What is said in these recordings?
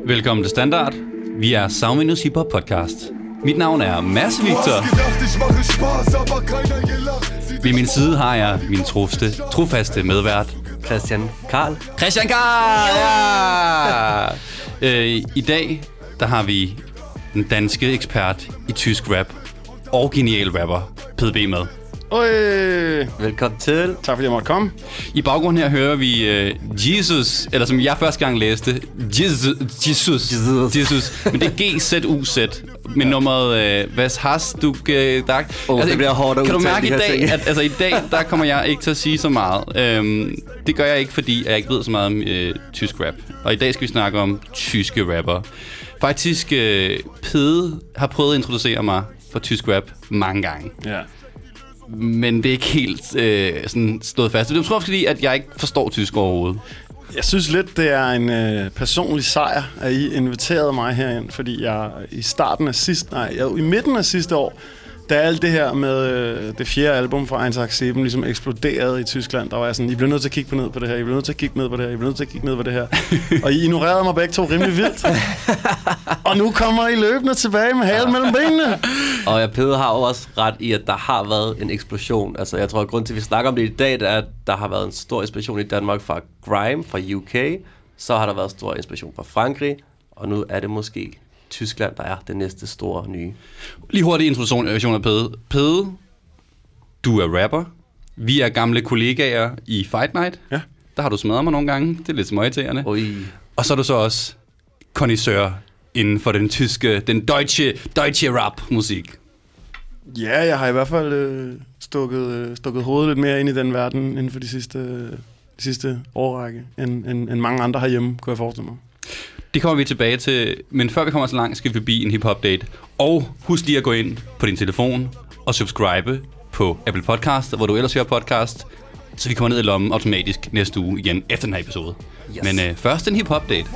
Velkommen til Standard. Vi er Soundminus Hiphop Podcast. Mit navn er Mads Victor. Ved min side har jeg min trofaste medvært Christian Karl. Christian Karl! Ja! I dag der har vi den danske ekspert i tysk rap og genial rapper PDB med. Velkommen til. Tak fordi jeg måtte komme. I baggrunden her hører vi Jesus, eller som jeg første gang læste, Jesus. Men det er GZUZ med nummeret Was hast du gedacht? Det bliver hårdt at kan du udtale mærke de her i dag, ting. at i dag, der kommer jeg ikke til at sige så meget. Det gør jeg ikke, fordi jeg ikke ved så meget om tysk rap. Og i dag skal vi snakke om tyske rapper. Faktisk, Pede har prøvet at introducere mig for tysk rap mange gange. Ja. Men det er ikke helt sådan stået fast. Det er måske fordi, at jeg ikke forstår tysk overhovedet. Jeg synes lidt, det er en personlig sejr, at I inviterede mig herind, fordi jeg i midten af sidste år, da alt det her med det fjerde album fra Einzig Sieben ligesom eksploderede i Tyskland, der var jeg sådan, I bliver nødt til at kigge ned på det her, I bliver nødt til at kigge ned på det her, I bliver nødt til at kigge ned på det her. Og I ignorerede mig begge to rimelig vildt. Og nu kommer I løbende tilbage med halen mellem benene. Og jeg Pede har jo også ret i, at der har været en eksplosion. Altså, jeg tror, at grunden til, at vi snakker om det i dag, det er, at der har været en stor inspiration i Danmark fra grime, fra UK. Så har der været stor inspiration fra Frankrig. Og nu er det måske Tyskland, der er det næste store nye. Lige hurtig introduktion af Pede. Pede, du er rapper. Vi er gamle kollegaer i Fight Night. Ja. Der har du smadret mig nogle gange. Det er lidt småirriterende. Og så er du så også connoisseur inden for den tyske, den deutsche rap-musik. Ja, jeg har i hvert fald stukket hovedet lidt mere ind i den verden inden for de sidste årrække, end mange andre herhjemme, kunne jeg forestille mig. Det kommer vi tilbage til, men før vi kommer så langt, skal vi forbi en hip-hop-date. Og husk lige at gå ind på din telefon og subscribe på Apple Podcast, hvor du ellers hører podcast, så vi kommer ned i lommen automatisk næste uge igen efter den her episode. Yes. Men først en hip-hop-date.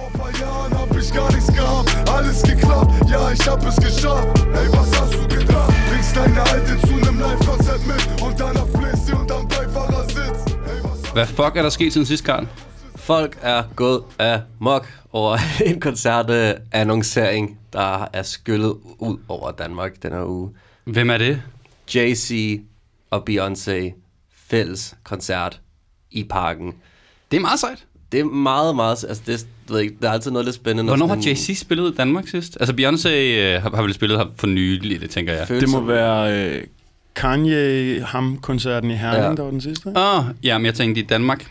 Hvad fuck er der sket siden sidst, Karl? Folk er gået amok over en koncertannoncering, der er skyllet ud over Danmark den her uge. Hvem er det? Jay-Z og Beyoncé fælles koncert i Parken. Det er meget sejt. Det er meget, meget... Altså, det, ved ikke, der er altid noget lidt spændende. Hvornår har Jay-Z spillet i Danmark sidst? Altså, Beyoncé har vel spillet her for nylig, det tænker jeg. Det må være Kanye-ham-koncerten i Herning, der var den sidste. Ja, men jeg tænkte i Danmark.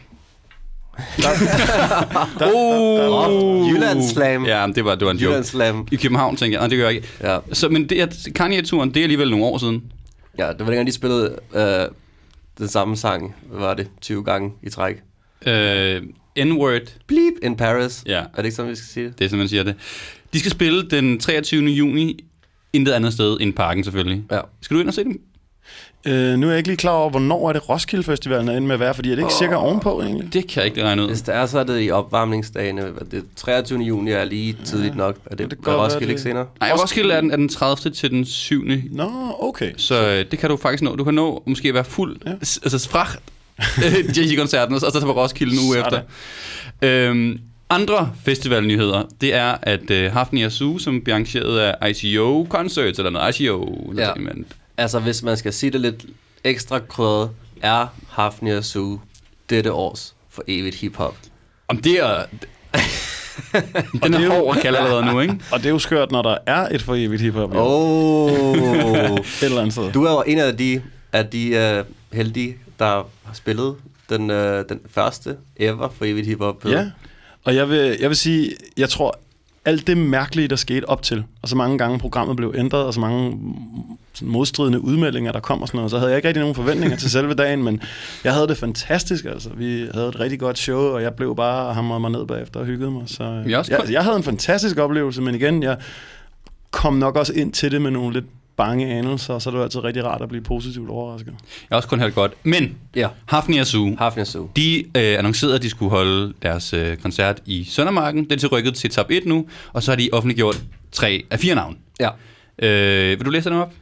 Jylland Slam. Ja, det var en joke. Jylland Slam. I København, tænker jeg. Nej, det gør jeg ikke. Ja. Så, men Kanye-turen, det er alligevel nogle år siden. Ja, det var dengang, de spillede den samme sang. Hvad var det? 20 gange i træk. N-word. Bleep in Paris. Ja. Er det ikke sådan, vi skal sige det? Det er sådan, man siger det. De skal spille den 23. juni. Intet andet sted end Parken, selvfølgelig. Ja. Skal du ind og se dem? Nu er jeg ikke lige klar over, hvornår er det Roskilde Festivalen er inde med at være, fordi er det ikke cirka ovenpå, egentlig? Det kan jeg ikke regne ud. Hvis det er, så er det i opvarmningsdagene. Det 23. juni er lige tidligt nok. Er det Roskilde ikke senere? Nej, Roskilde er den 30. til den 7. Nå, okay. Så det kan du faktisk nå. Du kan nå måske at være fuld, altså fra Jay-Z-koncerten, og så tage på Roskilde en uge efter. Andre festivalnyheder, det er, at Hafnia Zoo, som bliver arrangeret af ICO Concerts, eller noget ICO. Ja. Altså, hvis man skal sige det lidt ekstra krydret, er Hafnia Zoo dette års for evigt hiphop. Om det er... Den er hård at kalde allerede nu, ikke? Og det er jo skørt, når der er et for evigt hiphop. Et eller andet sted. Du er jo en af de heldige, der har spillet den første ever for evigt hiphop. Ja, og jeg vil sige, jeg tror, alt det mærkelige, der skete op til, og så mange gange programmet blev ændret, og så mange modstridende udmeldinger, der kom og sådan noget, så havde jeg ikke rigtig nogen forventninger til selve dagen, men jeg havde det fantastisk, altså. Vi havde et rigtig godt show, og jeg blev bare hamret mig ned bagefter og hyggede mig. Så jeg havde en fantastisk oplevelse, men igen, jeg kom nok også ind til det med nogle lidt bange anelser, og så er det jo altid rigtig rart at blive positivt overrasket. Jeg har også kun hørt godt. Men Hafnia Zoo, de annoncerede, at de skulle holde deres koncert i Søndermarken. Den er til rykket til top 1 nu, og så har de offentliggjort 3 af 4 navn. Ja. Vil du læse dem op?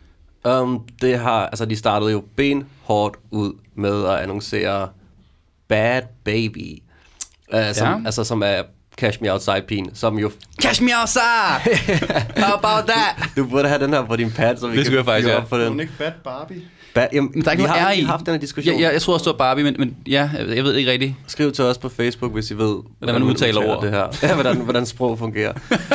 De startede jo benhårdt ud med at annoncere Bad Baby, som er Cash Me Outside-pigen, som jo... Cash me outside! How about that? Du burde have den her på din pad, så vi Det skulle jeg faktisk, fyre ja. op for den. Hun ikke Bad Barbie? Jamen, Der er ikke vi noget har R lige i. haft den her diskussion. Jeg tror også, det var Barbie, men ja, jeg ved ikke rigtigt. Skriv til os på Facebook, hvis I ved, Hvordan man udtaler ord. det her. Ja, hvordan sprog fungerer.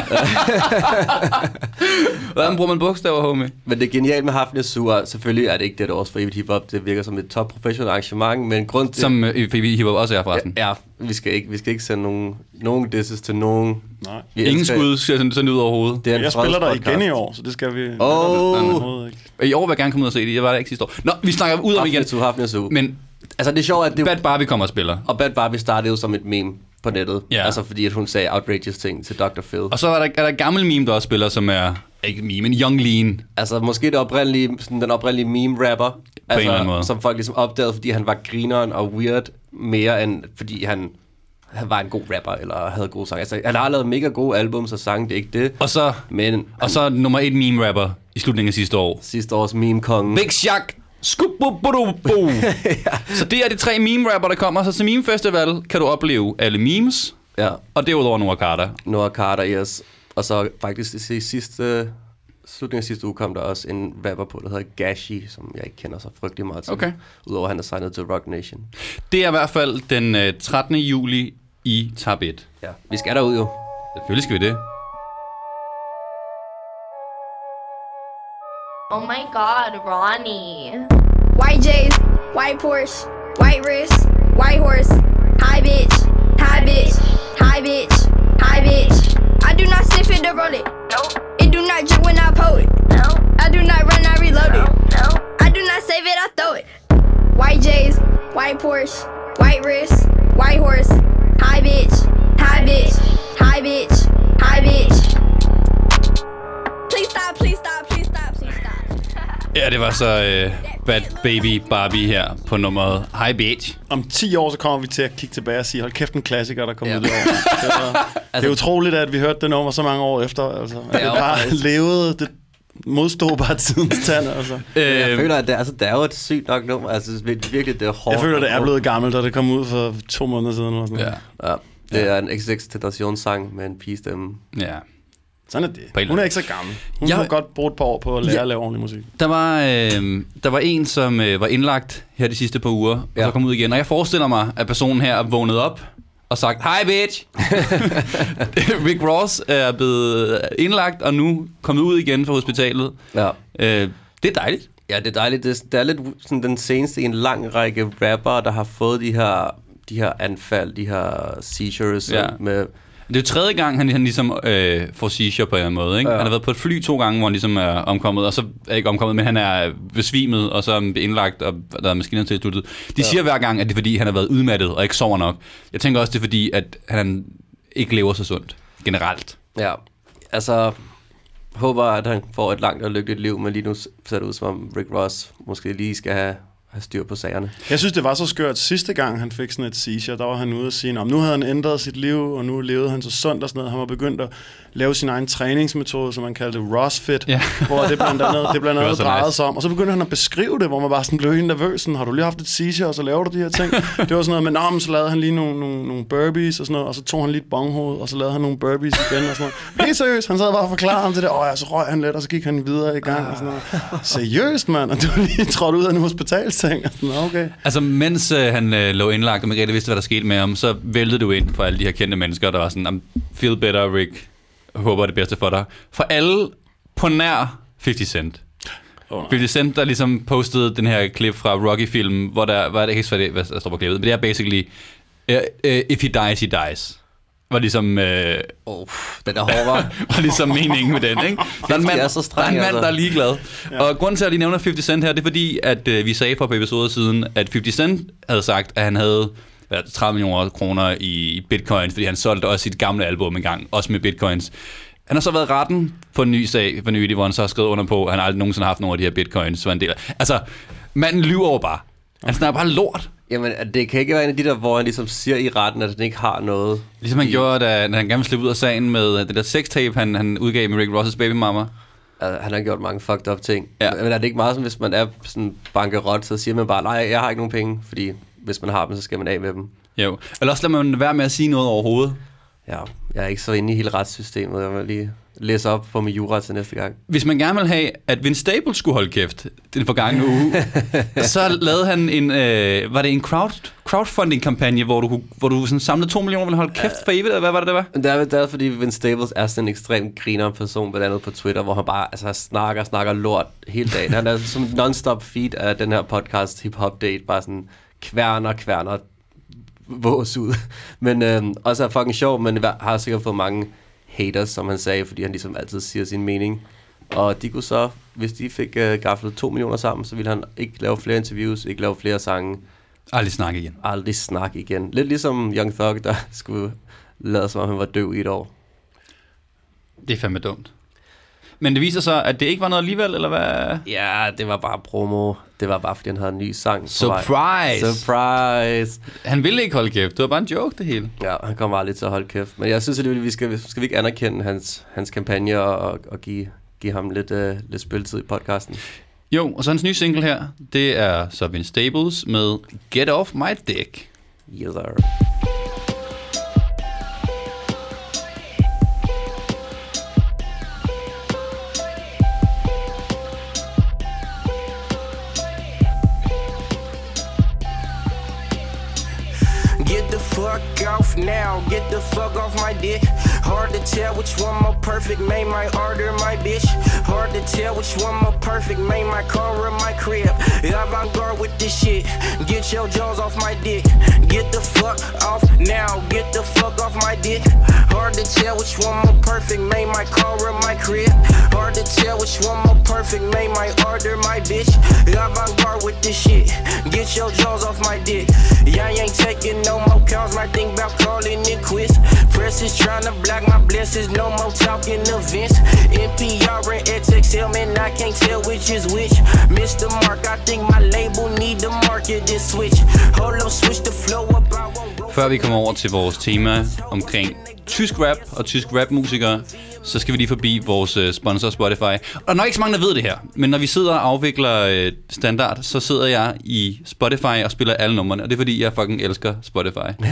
Hvordan bruger man bogstaver, homie? Men det er genialt med Hafnia Sur. Selvfølgelig er det ikke det års for evigt hiphop. Det virker som et top professionelt arrangement, men grund til... Som hiphop også er, forresten. Ja, vi skal ikke sende nogen disses til nogen. Nej. Ingen skud skal sådan ud over hovedet. Det er en Jeg spiller der fredspodcast. igen i år, så det skal vi... Åh. I år vil jeg gerne komme ud og se det. Jeg var der ikke sidste år. Nå, vi snakker ud om igen. Hafnia Sur. Men Altså det er sjovt, at det... Bad Barbie kommer og spiller. Og Bad Barbie startede jo som et meme på nettet. Ja. Altså fordi at hun sagde outrageous ting til Dr. Phil. Og så er der et gammel meme, der også spiller, som er... Ikke meme, men Young Lean. Altså måske den oprindelige meme-rapper. en eller anden måde. Som folk ligesom opdagede, fordi han var grineren og weird, mere end fordi han var en god rapper, eller havde gode sange. Altså han har lavet mega gode albums og sange, det er ikke det. Men Og så nummer 1 meme-rapper i slutningen af sidste år. sidste års meme-kongen. Big Shaq. Skububudubu. Så det er de 3 meme-rapper, der kommer. Så til Meme Festival kan du opleve alle memes, Ja, og derudover Noah Carter. Noah Carter, yes. Og så faktisk i slutningen af sidste uge kom der også en rapper på, der hedder Gashi, som jeg ikke kender så frygtelig meget til. Okay. Udover at han er signet til Rock Nation. Det er i hvert fald den 13. juli i Tab 1. Ja, vi skal derud jo. Selvfølgelig skal vi det. Oh my god, Ronnie. White J's, white Porsche, white wrist, white horse, high bitch, high bitch, high bitch, high bitch. I do not sniff it to roll it. Nope, It do not drip when I pull it. no, I do not run, I reload it. no. I do not save it, I throw it. White J's, white Porsche, white wrist, white horse, high bitch, high bitch, high bitch, high bitch. Please stop, please stop, please stop, please stop. Ja, det var så Bad Baby Barbie her på nummeret High Bitch. Om 10 år, så kommer vi til at kigge tilbage og sige, hold kæft, en klassiker, der kommer Ja. ud det år. Det er utroligt, at vi hørte det nummer så mange år efter. Altså. Det er jo bare faktisk- levet, det modstod bare tidens tand. Altså. Jeg føler, at det er jo et sygt nok nummer. Altså virkelig, det er hårdt. Jeg føler, det er blevet gammelt, da det kom ud for 2 måneder siden. Eller sådan noget. Ja. Ja, det er en XX-tentationssang med en pigestemme. Ja. Sådan er det. På en eller Hun er anden- ikke så gammel. Hun Jeg- har godt brugt et par år på at lære at lave ordentlig musik. Der var en, som var indlagt her de sidste par uger, og Ja. så kom ud igen. Og jeg forestiller mig, at personen her er vågnet op og sagt, hej bitch! Rick Ross er blevet indlagt, og nu kommet ud igen fra hospitalet. Ja. Det er dejligt. Ja, det er dejligt. Det er lidt sådan den seneste i en lang række rappere, der har fået de her anfald, de her seizures Ja. med... Det er jo 3. gang, han ligesom får seizure på en eller anden måde. Ikke? Ja. Han har været på et fly 2 gange, hvor han ligesom er omkommet, og så er ikke omkommet, men han er besvimet, og så er han indlagt, og der er maskiner til sluttet. De siger hver gang, at det er fordi, han har været udmattet og ikke sover nok. Jeg tænker også, det er fordi, at han ikke lever så sundt generelt. Ja, altså... Håber, at han får et langt og lykkeligt liv, men lige nu ser det ud som om Rick Ross måske lige skal have styr på sagerne. Jeg synes, det var så skørt. Sidste gang, han fik sådan et seizure, der var han ude og sige, nu havde han ændret sit liv, og nu levede han så sundt og sådan noget. Han var begyndt at lave sin egen træningsmetode, som man kaldte Rossfit, Ja. hvor det blandt andet Det var så drejede nice. sig om. Og så begyndte han at beskrive det, hvor man bare sådan blev helt nervøs. Sådan, har du lige haft et seizure, og så laver du de her ting? Det var sådan noget, men så lavede han lige nogle burpees og sådan noget, og så tog han lige et bonghoved, og så lavede han nogle burpees igen og sådan noget. Helt seriøst, han sad bare og forklarede ham til det. Så røg han lidt, og så gik han videre i gang og sådan noget. Seriøst, mand, og du er lige trådt ud af en hospitalseng. Og sådan, okay. Altså, mens han lå indlagt, og man ikke rigtig vidste, hvad der skete med ham, så væltede du ind for alle de her kendte mennesker, der var sådan, feel better, Rick. Håber det bedste for dig. For alle på nær 50 Cent. 50 Cent, der ligesom postede den her klip fra Rocky-filmen, hvor der var det ikke så hvad der står på klippet, men det er basically, if he dies, he dies. Var ligesom, Den er hårdere. var ligesom meningen med den, ikke? Der er en mand, er så streng, der, er en mand altså. der er ligeglad. Ja. Og grunden til, at de nævner 50 Cent her, det er fordi, at vi sagde for et par episoder siden, at 50 Cent havde sagt, at han havde 30 millioner kroner i bitcoins, fordi han solgte også sit gamle album engang, også med bitcoins. Han har så været retten på en ny sag for nylig, hvor han så har skrevet under på, at han aldrig nogensinde har haft nogle af de her bitcoins, så var en del af. Altså, manden lyver over bare. Han snakker bare lort. Jamen, det kan ikke være en af de der, hvor han ligesom siger i retten, at han ikke har noget. Ligesom han gjorde, da han gerne ville slippe ud af sagen med det der sextape, han udgav med Rick Ross' Baby Mama. Han har gjort mange fucked up ting. Ja. Men er det ikke meget som, hvis man er sådan bankerot, så siger man bare, nej, jeg har ikke nogen penge, fordi hvis man har dem, så skal man af med dem. Jo. Eller også lader man være med at sige noget overhovedet. Ja, jeg er ikke så inde i hele retssystemet. Jeg vil lige læse op på min jura til næste gang. Hvis man gerne vil have, at Vince Staples skulle holde kæft den forgangne uge, så lavede han en, var det en crowdfunding-kampagne, hvor du sådan samlede 2 millioner og ville holde kæft for evigt, eller hvad var det var? Det er fordi Vince Staples er sådan en ekstremt griner person, blandt andet på Twitter, hvor han bare snakker lort hele dagen. Han er som non-stop feed af den her podcast, Hip Hop Date, bare sådan kværner vås ud. Men også er fucking sjov, men har sikkert fået mange haters, som han sagde, fordi han ligesom altid siger sin mening. Og de kunne så, hvis de fik gafflet 2 millioner sammen, så ville han ikke lave flere interviews, ikke lave flere sange. Aldrig snakke igen. Lidt ligesom Young Thug, der skulle lade som om han var døv i et år. Det er fandme dumt. Men det viser sig, at det ikke var noget alligevel, eller hvad? Ja, det var bare promo. Det var bare, fordi han havde en ny sang. Surprise! Han ville ikke holde kæft. Det var bare en joke, det hele. Ja, han kommer aldrig til at holde kæft. Men jeg synes alligevel, vi skal ikke anerkende hans kampagne og give ham lidt spilletid i podcasten. Jo, og så hans nye single her, det er så Vince Staples med Get Off My Dick. Yes, sir. Fuck off now, get the fuck off my dick. Hard to tell which one more perfect, made my order my bitch. Hard to tell which one more perfect, made my car or my crib. Avant-garde with this shit, get your jaws off my dick. Get the fuck off now, get the fuck off my dick. Hard to tell which one more perfect, made my car or my crib. Hard to tell which one more perfect, made my order my bitch. Avant-garde with this shit, get your jaws off my dick. I ain't taking no more calls, my thing about calling it quits. Press is trying to block my blessings, no more talking events. NPR and XXL, man, I can't tell which is which. Mr. Mark, I think my label need to market this switch. Hold up, switch the flow up, I won't go. Før vi kommer over til vores tema omkring tysk rap og tysk rapmusikere, så skal vi lige forbi vores sponsor Spotify. Og der er nok ikke så mange, der ved det her, men når vi sidder og afvikler standard, så sidder jeg i Spotify og spiller alle numrene, og det er fordi, jeg fucking elsker Spotify.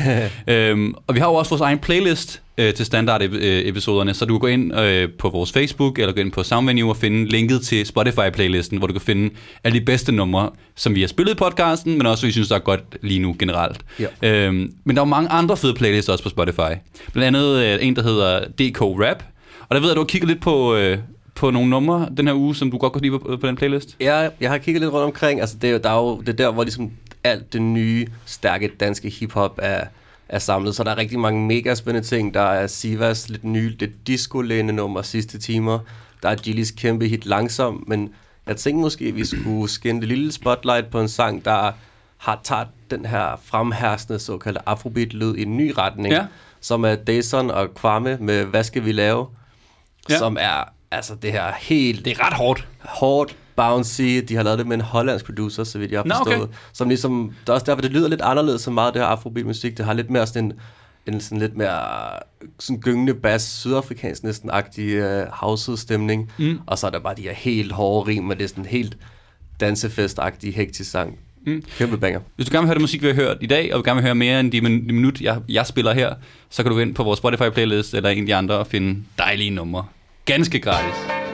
Og vi har jo også vores egen playlist til standard-episoderne, så du kan gå ind på vores Facebook, eller gå ind på Soundvenue og finde linket til Spotify-playlisten, hvor du kan finde alle de bedste numre, som vi har spillet i podcasten, men også, vi synes, der er godt lige nu generelt. Ja. Men der er jo mange andre fede playlister også på Spotify. Blandt andet en, der hedder DK Rap, og der ved jeg, at du har kigget lidt på nogle numre den her uge, som du godt kan lide på den playlist. Ja, jeg har kigget lidt rundt omkring. Altså, det er der, hvor ligesom alt det nye, stærke danske hiphop er samlet. Så der er rigtig mange mega spændende ting. Der er Sivas lidt nye, lidt disco-læne nummer sidste timer. Der er Gillies kæmpe hit Langsom. Men jeg tænkte måske, at vi skulle skinne det lille spotlight på en sang, der har taget den her fremherskende såkaldte afrobeat-lyd i en ny retning. Ja. Som er Dayson og Kwame med Hvad skal vi lave? Ja. Som er altså det her helt... Det er ret hårdt, bouncy. De har lavet det med en hollandsk producer, så vidt jeg har forstået. Okay. Som ligesom... Det er også derfor, det lyder lidt anderledes så meget, det her afrobeat-musik. Det har lidt mere sådan en sådan lidt mere sådan gyngende bass, sydafrikansk næsten-agtig house-stemning. Og så er der bare de her helt hårde rim, men det er sådan helt dansefest-agtig, hektisk sang. Kæmpe banger. Hvis du gerne vil høre det musik, vi har hørt i dag, og vil gerne vil høre mere end de minut, jeg spiller her, så kan du gå ind på vores Spotify-playlist eller en af de andre og finde dejlige numre. Ganske gratis.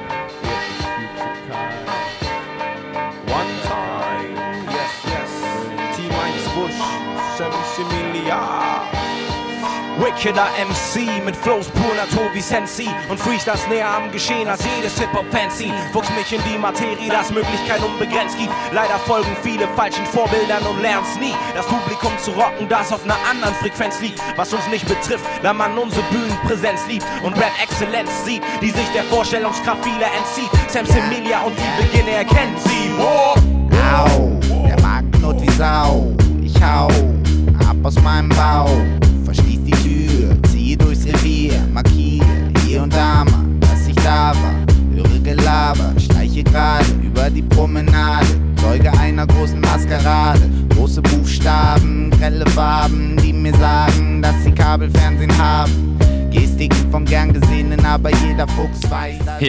One time, yes. T-Minus Bush, 70 milliarder. Wickeder MC mit Flows pur Natur wie Sensi und Freestyles näher am Geschehen als jedes Hip-Hop Fancy. Wuchs mich in die Materie, das Möglichkeit unbegrenzt gibt. Leider folgen viele falschen Vorbildern und lernen's nie. Das Publikum zu rocken, das auf einer anderen Frequenz liegt. Was uns nicht betrifft, da man unsere Bühnenpräsenz liebt und Rap-Exzellenz sieht, die sich der Vorstellungskraft vieler entzieht. Sam Semilia und die Beginne erkennt sie. Au, der Magen knurrt wie Sau. Ich hau ab aus meinem Bauch. Verschließ die Tür, ziehe durchs Revier, markiere hier und da mal, dass ich da war. Höre Gelaber, schleiche gerade über die Promenade, Zeuge einer großen Maskerade. Große Buchstaben, grelle Farben, die mir sagen, dass sie Kabelfernsehen haben. Gestiken vom gern gesehenen, aber jeder Fuchs weiß, dass her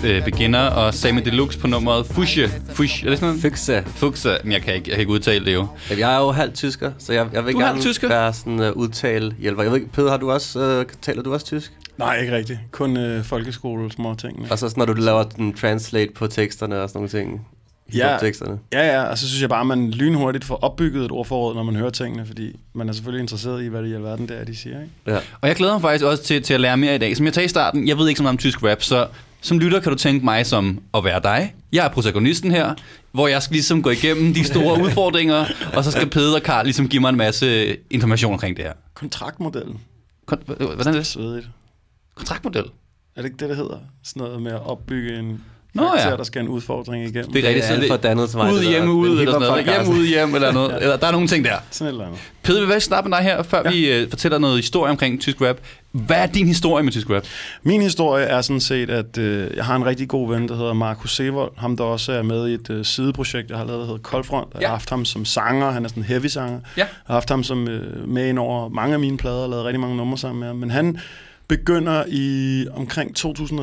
Beginner og Sami Deluxe på nummeret Fuchsia. Er det sådan noget? Fuchsia. Men jeg kan ikke udtale det jo. Jeg er jo halvt tysker, så jeg vil gerne være sådan udtale hjælper. Jeg ved ikke, Peder, har du også, taler du også tysk? Nej, ikke rigtigt. Kun folkeskole, små ting. Og så når du laver den translate på teksterne og sådan nogle ting. Ja, og så synes jeg bare, at man lynhurtigt får opbygget et ordforråd, når man hører tingene, fordi man er selvfølgelig interesseret i, hvad det i alverden det er, de siger, ikke? Ja. Og jeg glæder mig faktisk også til at lære mere i dag. Som jeg tager i starten, jeg ved ikke så meget om tysk rap, så som lytter kan du tænke mig som at være dig. Jeg er protagonisten her, hvor jeg skal ligesom gå igennem de store udfordringer, og så skal Peder og Karl ligesom give mig en masse information omkring det her. Kontraktmodellen. Hvordan er det? Svedigt. Kontraktmodel? Er det ikke det hedder? Sådan noget med at opbygge en karakter, der skal en udfordring igennem. Det er rigtigt. Det er for dannet til mig. Ud, hjemme, ud, eller sådan noget. Hjemme, ud, hjem, eller noget. Eller, der er nogle ting der. Sådan et eller andet. Peder, vil starte med dig her, før vi fortæller noget historie omkring tysk rap. Hvad er din historie med tysk rap? Min historie er sådan set, at jeg har en rigtig god ven, der hedder Markus Sevold. Ham, der også er med i et sideprojekt, jeg har lavet, der hedder Koldfront. Jeg har haft ham som sanger. Han er sådan en heavy sanger. Jeg har haft ham som med ind over mange af mine plader og lavet rigtig mange numre sammen med ham. Men han begynder i omkring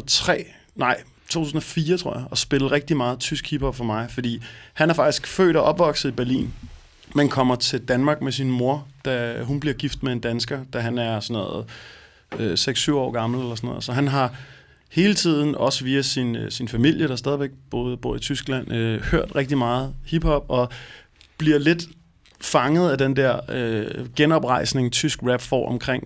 2004, tror jeg, at spille rigtig meget tysk hiphop for mig, fordi han er faktisk født og opvokset i Berlin, men kommer til Danmark med sin mor, da hun bliver gift med en dansker, da han er sådan noget 6-7 år gammel eller sådan noget. Så han har hele tiden, også via sin familie, der stadigvæk bor i Tyskland, hørt rigtig meget hiphop, og bliver lidt fanget af den der genoprejsning, tysk rap får omkring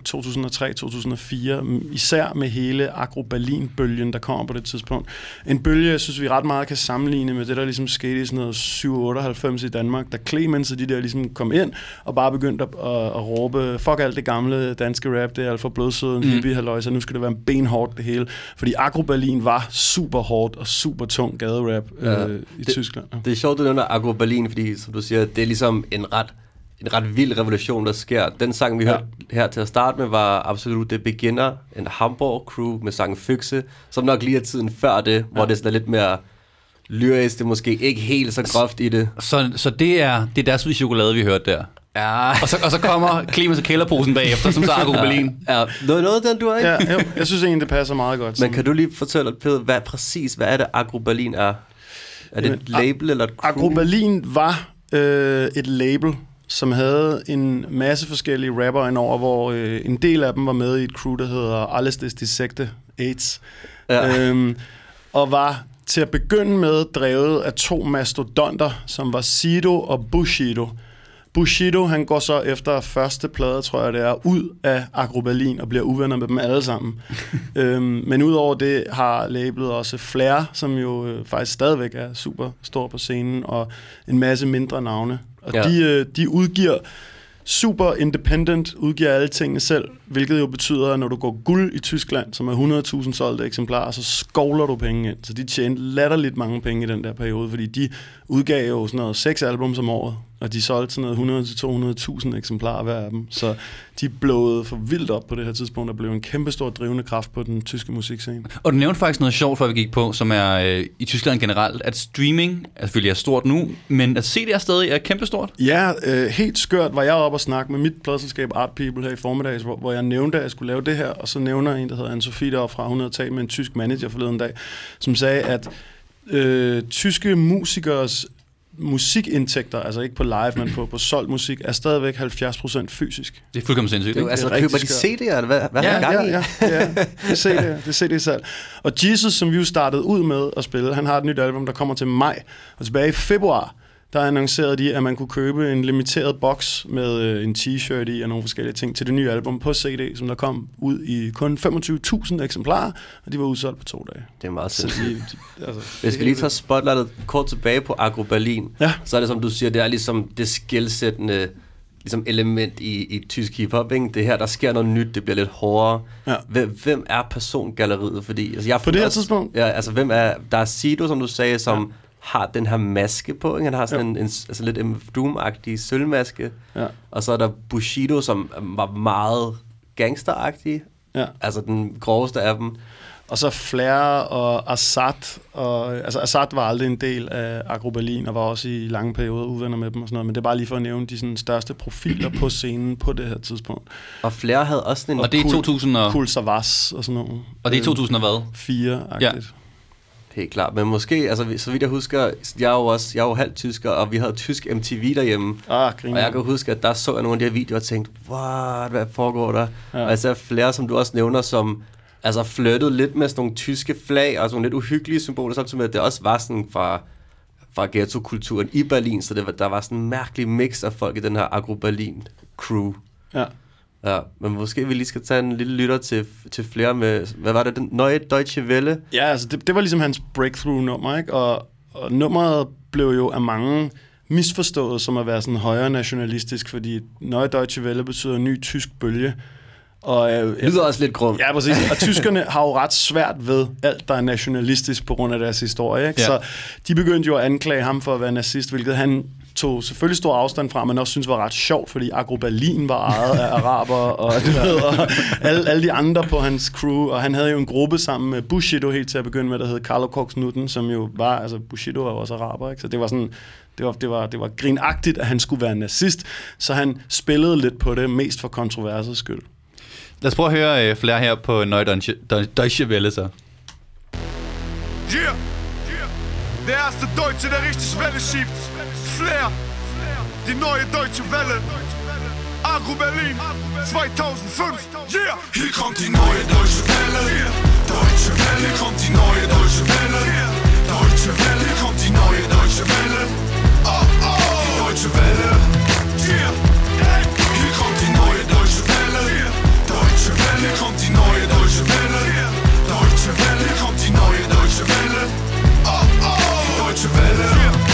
2003-2004, især med hele Agro-Berlin-bølgen, der kommer på det tidspunkt. En bølge, jeg synes, vi ret meget kan sammenligne med det, der ligesom skete i sådan noget 7-98 i Danmark, da Clemens og de der ligesom kom ind og bare begyndte at råbe, fuck alt det gamle danske rap, det er alt for blodsøden, hippie-halløj, så nu skal det være benhårdt det hele. Fordi Agro-Berlin var super hårdt og super tung gaderap i Tyskland. Ja. Det er sjovt, du nævner Agro-Berlin, fordi som du siger, det er ligesom en ret vild revolution, der sker. Den sang, vi hørte her til at starte med, var absolut det Beginner, en Hamburg-crew med sangen Füchse, som nok lige er tiden før det, hvor det er lidt mere lyrisk, det er måske ikke helt så groft i det. Så det er deres hvide chokolade, vi hørte der. Ja. Og så kommer Clemens og kælderposen bagefter, som så Agro-Berlin. Ja, noget den du er, ikke? Ja, jo, jeg synes egentlig, det passer meget godt. Men kan du lige fortælle, Peder, hvad er det Agro-Berlin er? Er det et label eller et crew? Agro-Berlin var et label, som havde en masse forskellige rapper indover, hvor en del af dem var med i et crew, der hedder Alles ist die Sekte, AIDS. Ja. Og var til at begynde med drevet af 2 mastodonter, som var Sido og Bushido. Bushido, han går så efter første plade, tror jeg det er, ud af Agro-Berlin og bliver uvenner med dem alle sammen. Men udover det har labelet også Flair, som jo faktisk stadigvæk er super stor på scenen, og en masse mindre navne. Og de udgiver super independent, udgiver alle tingene selv, hvilket jo betyder, at når du går guld i Tyskland, som er 100.000 solgte eksemplarer, så skovler du penge ind. Så de tjente latterligt mange penge i den der periode, fordi de udgav jo sådan noget 6 album om året, og de solgte sådan noget 100-200.000 eksemplarer hver af dem. Så de blåede for vildt op på det her tidspunkt, og blev en kæmpestor drivende kraft på den tyske musikscene. Og du nævnte faktisk noget sjovt, før vi gik på, som er i Tyskland generelt, at streaming selvfølgelig er stort nu, men at CD'er stadig er kæmpestort? Ja, helt skørt var jeg oppe og snakke med mit pladselskab Art People her i formiddags, hvor jeg nævnte, at jeg skulle lave det her, og så nævner en, der hedder Anne-Sophie deroppe fra, hun havde talt med en tysk manager forleden dag, som sagde, at tyske musikers musikindtægter, altså ikke på live, men på solgt musik, er stadigvæk 70% fysisk. Det er fuldkommen sindssygt. Det er altså, køber de CD'er, eller hvad er gang i? Ja, det er CD-salg. Og Jesus, som vi jo startede ud med at spille, han har et nyt album, der kommer til maj, og tilbage i februar, der annoncerede de, at man kunne købe en limiteret boks med en t-shirt i og nogle forskellige ting til det nye album på CD, som der kom ud i kun 25.000 eksemplarer, og de var udsolgt på 2 dage. Det er meget sindssygt. Hvis vi lige tager spotlightet kort tilbage på Agro-Berlin, så er det, som du siger, det er ligesom det skelsættende ligesom element i tysk hiphop, ikke? Det her, der sker noget nyt, det bliver lidt hårdere. Ja. Hvem er persongalleriet? Fordi, altså, på det her tidspunkt? Ja, altså hvem er... Der er Sido, som du sagde, som har den her maske på, ikke? Han har sådan en altså lidt en Doom-agtig sølvmaske. Ja. Og så er der Bushido, som var meget gangsteragtig. Ja. Altså den groveste af dem. Og så Flair og Assad. Altså Assad var aldrig en del af Agro-Berlin, og var også i lange perioder uvenner med dem og sådan noget. Men det er bare lige for at nævne de sådan største profiler på scenen på det her tidspunkt. Og Flair havde også en... Og det er 2000 Cool Savas og sådan noget. Og det er 2000 og hvad? 4-agtigt. Helt klart, men måske, altså så vidt jeg husker, jeg er jo halvt tysker, og vi havde tysk MTV derhjemme. Og jeg kan huske, at der så jeg nogle af de her videoer og tænkte, hvad foregår der? Ja. Og jeg ser flere, som du også nævner, som altså flirtede lidt med sådan nogle tyske flag, og sådan nogle lidt uhyggelige symboler, samtidig med, at det også var sådan fra ghetto-kulturen i Berlin, så der var sådan en mærkelig mix af folk i den her Agro-Berlin-crew. Ja. Ja, men måske vi lige skal tage en lille lytter til flere med, hvad var det, den Neue Deutsche Welle? Ja, altså det var ligesom hans breakthrough-nummer, ikke? Og nummeret blev jo af mange misforstået som at være sådan højre nationalistisk, fordi Neue Deutsche Welle betyder ny tysk bølge. Og lyder også lidt grum. Ja, præcis. Og tyskerne har jo ret svært ved alt, der er nationalistisk på grund af deres historie, ikke? Ja. Så de begyndte jo at anklage ham for at være nazist, hvilket han tog selvfølgelig stor afstand fra, men også synes var ret sjovt, fordi Agro-Berlin var ejet af arabere, og alle de andre på hans crew, og han havde jo en gruppe sammen med Bushido helt til at begynde med, der hed Carlo Cox-Nutten, som jo var, altså Bushido var jo også araber, ikke? Så det var sådan, det var grinagtigt, at han skulle være nazist, så han spillede lidt på det, mest for kontroversets skyld. Lad os prøve at høre flere her på Neue Deutsche Welle, så. Yeah! Der erste Deutsche, der richtig Welle schiebt. Flair, die Neue Deutsche Welle. Agro Berlin, 2005. Yeah! Hier kommt die Neue Deutsche Welle. Deutsche Welle, hier kommt die Neue Deutsche Welle. Deutsche Welle, hier kommt die Neue Deutsche Welle. Oh, oh! Die Deutsche Welle. Yeah! Hier kommt die Neue Deutsche Welle. Deutsche Welle, hier kommt die Neue Deutsche Welle. Deutsche Welle, hier kommt die Neue Deutsche Welle. Oh, oh! Die Deutsche Welle.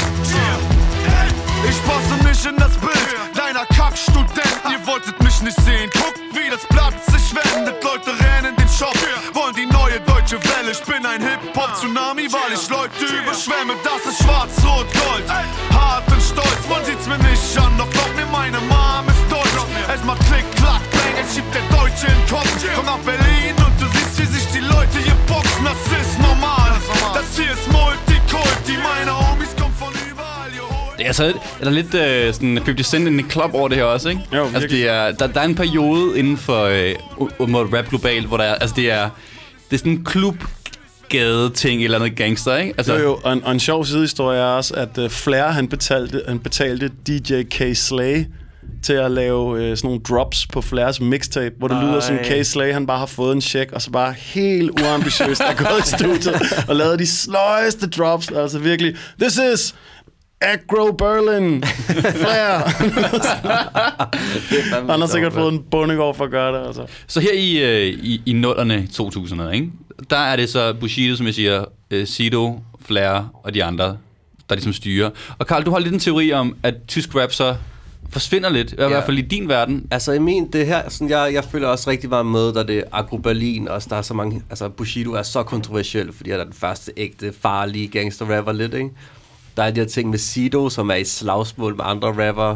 Ich passe nicht in das Bild deiner Kackstudenten. Ihr wolltet mich nicht sehen. Guckt, wie das Blatt sich wendet. Leute rennen in den Shop, wollen die Neue Deutsche Welle. Ich bin ein Hip-Hop-Tsunami, weil ich Leute überschwemme. Das ist schwarz-rot-gold. Hart und stolz, man sieht's mir nicht an. Doch glaub mir, meine Mom ist deutsch. Es macht Klick, Klack, Bang, es schiebt der Deutsche in den Kopf. Komm nach Berlin und du siehst, wie sich die Leute hier boxen. Das ist normal. Das hier ist Multikulti. Meine Homies kommen von überall. Det er altså lidt sådan 50 Cent in the club over det her også, ikke? Jo, altså der er en periode inden for rap globalt, hvor der er, altså det er sådan en klubgade ting eller andet gangster, ikke? Altså jo, og en sjov sidehistorie er også, at Flair han betalte DJ K. Slay til at lave sådan nogle drops på Flairs mixtape, hvor det lyder som K. Slay, han bare har fået en check, og så bare helt uambitiøst er gået i studiet og lavet de sløjeste drops, altså virkelig, this is Agro Berlin, Flair. Han har sikkert fået en bondegård for at gøre det. Altså. Så her i nullerne 2000'erne, ikke? Der er det så Bushido, som jeg siger, Sido, Flair og de andre, der ligesom styrer. Og Carl, du har lidt en teori om, at tysk rap så forsvinder lidt, i hvert fald i din verden. Altså i min, det her, sådan, jeg føler også rigtig meget med, da det er Agro Berlin, og der er så mange, altså Bushido er så kontroversiel, fordi han er den første ægte, farlige gangster-rapper lidt, ikke? Der er de her ting med Sido, som er i slagsmål med andre rapper.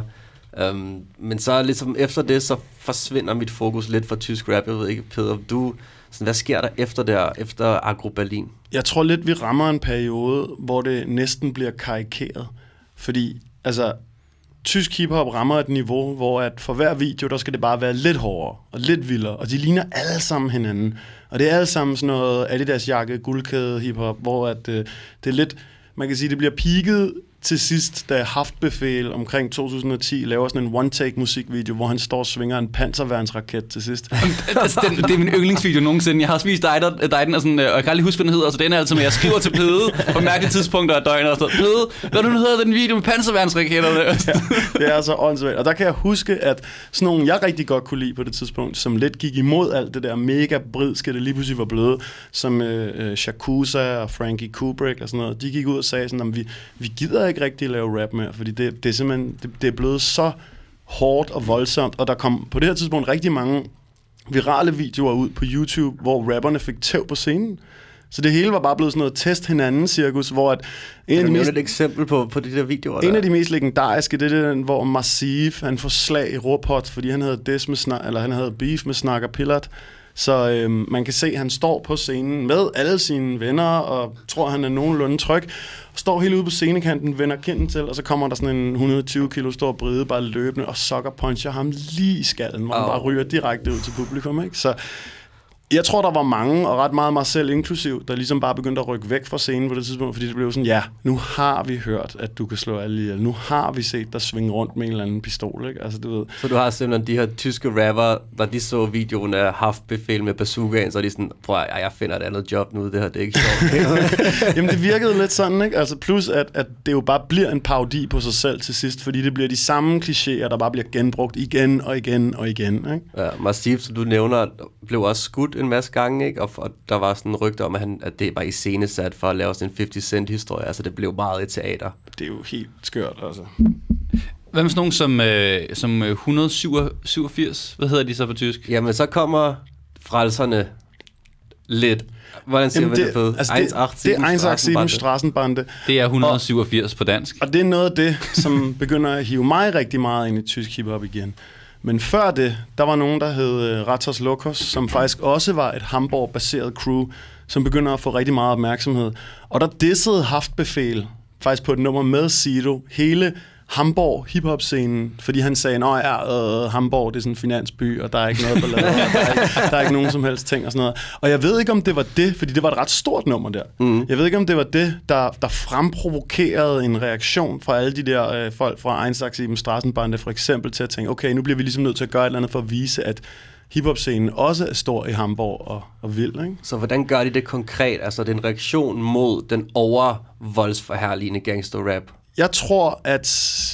Men så ligesom efter det, så forsvinder mit fokus lidt fra tysk rap. Jeg ved ikke, Peder, du... Sådan, hvad sker der efter Agro Berlin? Jeg tror lidt, vi rammer en periode, hvor det næsten bliver karikeret. Fordi, altså, tysk hiphop rammer et niveau, hvor at for hver video, der skal det bare være lidt hårdere og lidt vildere. Og de ligner alle sammen hinanden. Og det er alle sammen sådan noget Adidas jakke, guldkæde hiphop, hvor at, det er lidt... Man kan sige, det bliver peaket til sidst, da Haftbefehl omkring 2010 laver sådan en one-take musikvideo, hvor han står og svinger en panserværnsraket til sidst. Det er min yndlingsvideo nogensinde. Jeg har også vist dig den, og, sådan, og jeg kan aldrig huske, hvad den hedder. Så den er altså med, jeg skriver til Pede på mærkelige tidspunkter af døgnet. Og sådan, Pede, hvad nu hedder den video med panserværnsraketterne? Det er altså åndssvagt. Og der kan jeg huske, at sådan nogle, jeg rigtig godt kunne lide på det tidspunkt, som lidt gik imod alt det der mega bridske, det lige pludselig var blevet, som Shakusa og Frankie Kubrick og sådan noget, de gik ud og sagde sådan, at vi gider ikke rigtig lave rap mere, fordi det er simpelthen, det er blevet så hårdt og voldsomt, og der kom på det her tidspunkt rigtig mange virale videoer ud på YouTube, hvor rapperne fik tæv på scenen. Så det hele var bare blevet sådan noget test hinanden cirkus, hvor at et eksempel på de der videoer? En af de mest legendariske, det er den, hvor Massive, han får slag i råpot, fordi han havde beef med Snakker Pillard. Så man kan se, at han står på scenen med alle sine venner, og tror, han er nogenlunde tryg. Står helt ude på scenekanten, vender kinden til, og så kommer der sådan en 120 kilo stor bride, bare løbende, og sucker puncher ham lige i skallen, hvor han bare ryger direkte ud til publikum, ikke? Så Jeg tror, der var mange, og ret meget mig selv inklusiv, der ligesom bare begyndte at rykke væk fra scenen på det tidspunkt, fordi det blev sådan, ja, nu har vi hørt, at du kan slå alle ihjel. Nu har vi set dig svinge rundt med en eller anden pistol, ikke? Altså, du ved. Så du har simpelthen de her tyske rapper, når de så videoen af Haftbefehl med bazookaen, så er de sådan, prøv at jeg finder et andet job nu, det her, det er ikke sjovt. Jamen, det virkede lidt sådan, ikke? Altså, plus at det jo bare bliver en parodi på sig selv til sidst, fordi det bliver de samme klichéer, der bare bliver genbrugt igen og igen og igen, ikke? Ja, Massiv, som du nævner, blev også skudt en masse gange, ikke? Og der var sådan en rygte om, at det var iscenesat for at lave sådan en 50 Cent-historie. Altså, det blev meget et teater. Det er jo helt skørt, altså. Hvad med sådan nogle som 187? Hvad hedder de så på tysk? Jamen, så kommer frelserne lidt. Hvordan siger man det på? Altså det er 187 Straßenbande. Det er 187 på dansk. Og det er noget af det, som begynder at hive mig rigtig meget ind i tysk hiphop igen. Men før det, der var nogen, der hed Ratos Locos, som faktisk også var et Hamburg-baseret crew, som begynder at få rigtig meget opmærksomhed. Og der dissede Haftbefehl faktisk på et nummer med Sido hele Hamburg hiphop-scenen, fordi han sagde, Hamburg, det er sådan en finansby, og der er ikke noget ballade, der er ikke nogen som helst ting og sådan noget. Og jeg ved ikke, om det var det, fordi det var et ret stort nummer der. Jeg ved ikke, om det var det, der fremprovokerede en reaktion fra alle de der folk fra 187 Straßenbande for eksempel til at tænke, okay, nu bliver vi ligesom nødt til at gøre et eller andet for at vise, at hiphop-scenen også er stor i Hamburg og vild, ikke? Så hvordan gør de det konkret? Altså, det er en reaktion mod den overvoldsforherligende gangster-rap. Jeg tror, at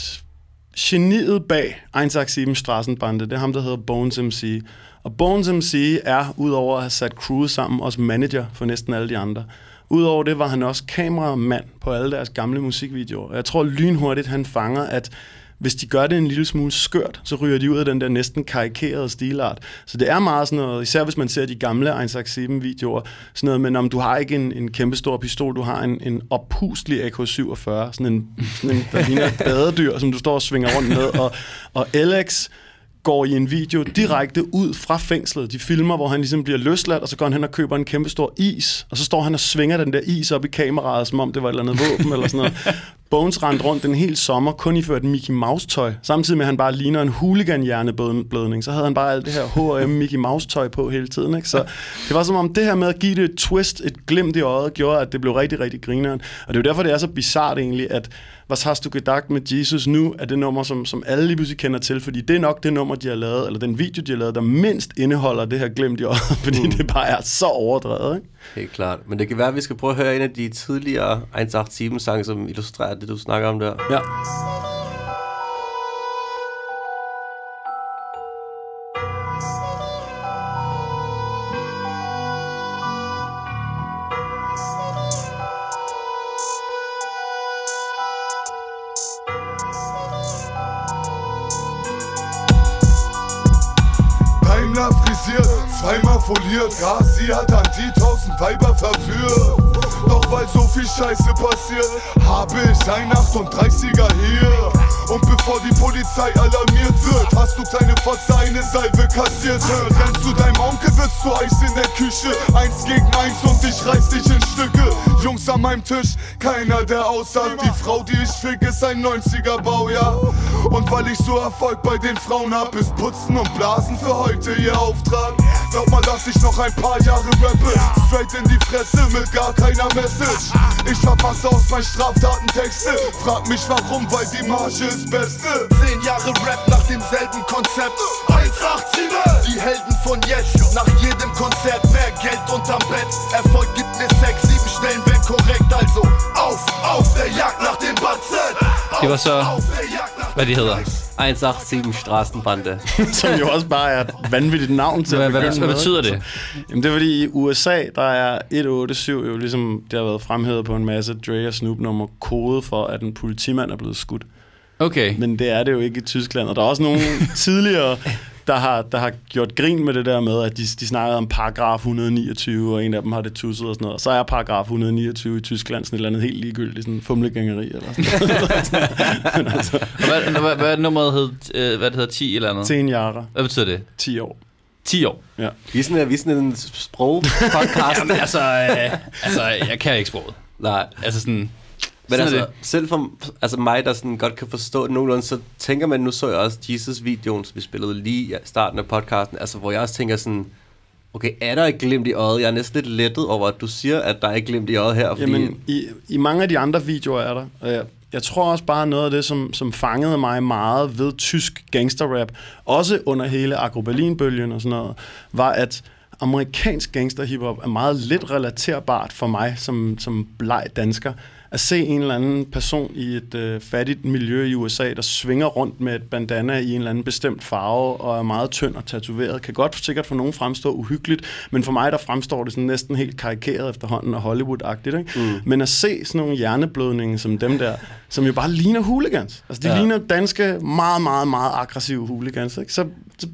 geniet bag 187 Straßenbande, det er ham, der hedder Bones MC. Og Bones MC er, udover at have sat crewet sammen, også manager for næsten alle de andre. Udover det var han også kameramand på alle deres gamle musikvideoer. Og jeg tror lynhurtigt, han fanger, at hvis de gør det en lille smule skørt, så ryger de ud af den der næsten karikerede stilart. Så det er meget sådan noget, især hvis man ser de gamle 187-videoer, sådan noget, men om du har ikke en kæmpestor pistol, du har en oppustelig AK-47, sådan en der ligner et badedyr, som du står og svinger rundt med, og Alex går i en video direkte ud fra fængslet. De filmer, hvor han ligesom bliver løsladt, og så går han hen og køber en kæmpestor is, og så står han og svinger den der is op i kameraet, som om det var et eller andet våben eller sådan noget. Bones rendte rundt den hele sommer, kun iført Mickey Mouse-tøj, samtidig med, at han bare ligner en hooligan-hjerneblødning. Så havde han bare alt det her H&M Mickey Mouse-tøj på hele tiden, ikke? Så det var som om det her med at give det et twist, et glimt i øjet, gjorde, at det blev rigtig, rigtig grineren. Og det er jo derfor, det er så bizart egentlig, at Was hast du gedacht med Jesus nu er det nummer, som alle lige pludselig kender til, fordi det er nok det nummer, de har lavet, eller den video, de har lavet, der mindst indeholder det her glimt i øjet, fordi det bare er så overdrevet, ikke? Helt klart. Men det kan være, at vi skal prøve at høre en af de tidligere 187-sange, som illustrerer det, du snakker om der. Ja. Zweimal foliert, rasiert, an die 1000 Weiber verführt. Doch weil so viel Scheiße passiert, habe ich ein 38er hier. Und bevor die Polizei alarmiert wird, hast du kleine Fotze eine Salve kassiert. Rennst du deinem Onkel, wird's zu heiß in der Küche. 1 gegen 1 und ich reiß dich in Stücke. Jungs an meinem Tisch, keiner der aussagt. Die Frau, die ich fick, ist ein 90er Baujahr. Und weil ich so Erfolg bei den Frauen hab, ist Putzen und Blasen für heute ihr Auftrag. Glaub mal, dass ich noch ein paar Jahre rappe, straight in die Fresse mit gar keiner Message. Ich verfasse aus meinen Straftaten Texte, frag mich warum, weil die Marge ist Beste. 10 Jahre Rap nach demselben Konzept, 187, die Helden von jetzt. Nach jedem Konzert mehr Geld unterm Bett. Erfolg gibt mir Sex, 7 Stellen wär korrekt. Also auf der Jagd nach dem Batzen. Det var så, hvad det hedder. 187 Straßenbande. Som jo også bare er et vanvittigt navn til at begynde med. Hvad betyder det? Jamen det er fordi i USA, der er 187 jo ligesom, det har været fremhævet på en masse Dre og Snoop nummer kode for, at en politimand er blevet skudt. Okay. Men det er det jo ikke i Tyskland, og der er også nogle tidligere, der har gjort grin med det der med, at de snakkede om paragraf 129, og en af dem har det tusset og sådan noget. Og så er paragraf 129 i Tyskland sådan et eller andet helt ligegyldigt, sådan fumlegængeri eller sådan noget. Altså. Hvad er nummeret hed? Hvad det hedder? 10 eller andet? 10 Jahre. Hvad betyder det? 10 år. 10 år? Ja. Vi er sådan en sprogpodcast. Jamen altså, jeg kan ikke sproget. Nej. Altså sådan... Men altså, selv for mig, der sådan godt kan forstå det nogenlunde, så tænker man, nu så jeg også Jesus-videoen, som vi spillede lige i starten af podcasten, altså hvor jeg også tænker sådan, Okay, er der et glimt i øjet? Jeg er næsten lidt lettet over, at du siger, at der er et glimt i øjet her. Fordi... Jamen, i mange af de andre videoer er der. Jeg tror også bare noget af det, som fangede mig meget ved tysk gangsterrap, også under hele Agro Berlin-bølgen og sådan noget, var, at amerikansk gangsterhiphop er meget lidt relaterbart for mig som bleg dansker. At se en eller anden person i et fattigt miljø i USA, der svinger rundt med et bandana i en eller anden bestemt farve og er meget tynd og tatoveret, kan godt sikkert for nogen fremstå uhyggeligt, men for mig der fremstår det sådan næsten helt karikeret efterhånden og Hollywood-agtigt. Ikke? Men at se sådan nogle hjerneblødninger som dem der, som jo bare ligner hooligans. Altså de ligner danske, meget, meget, meget aggressive hooligans. Ikke? Så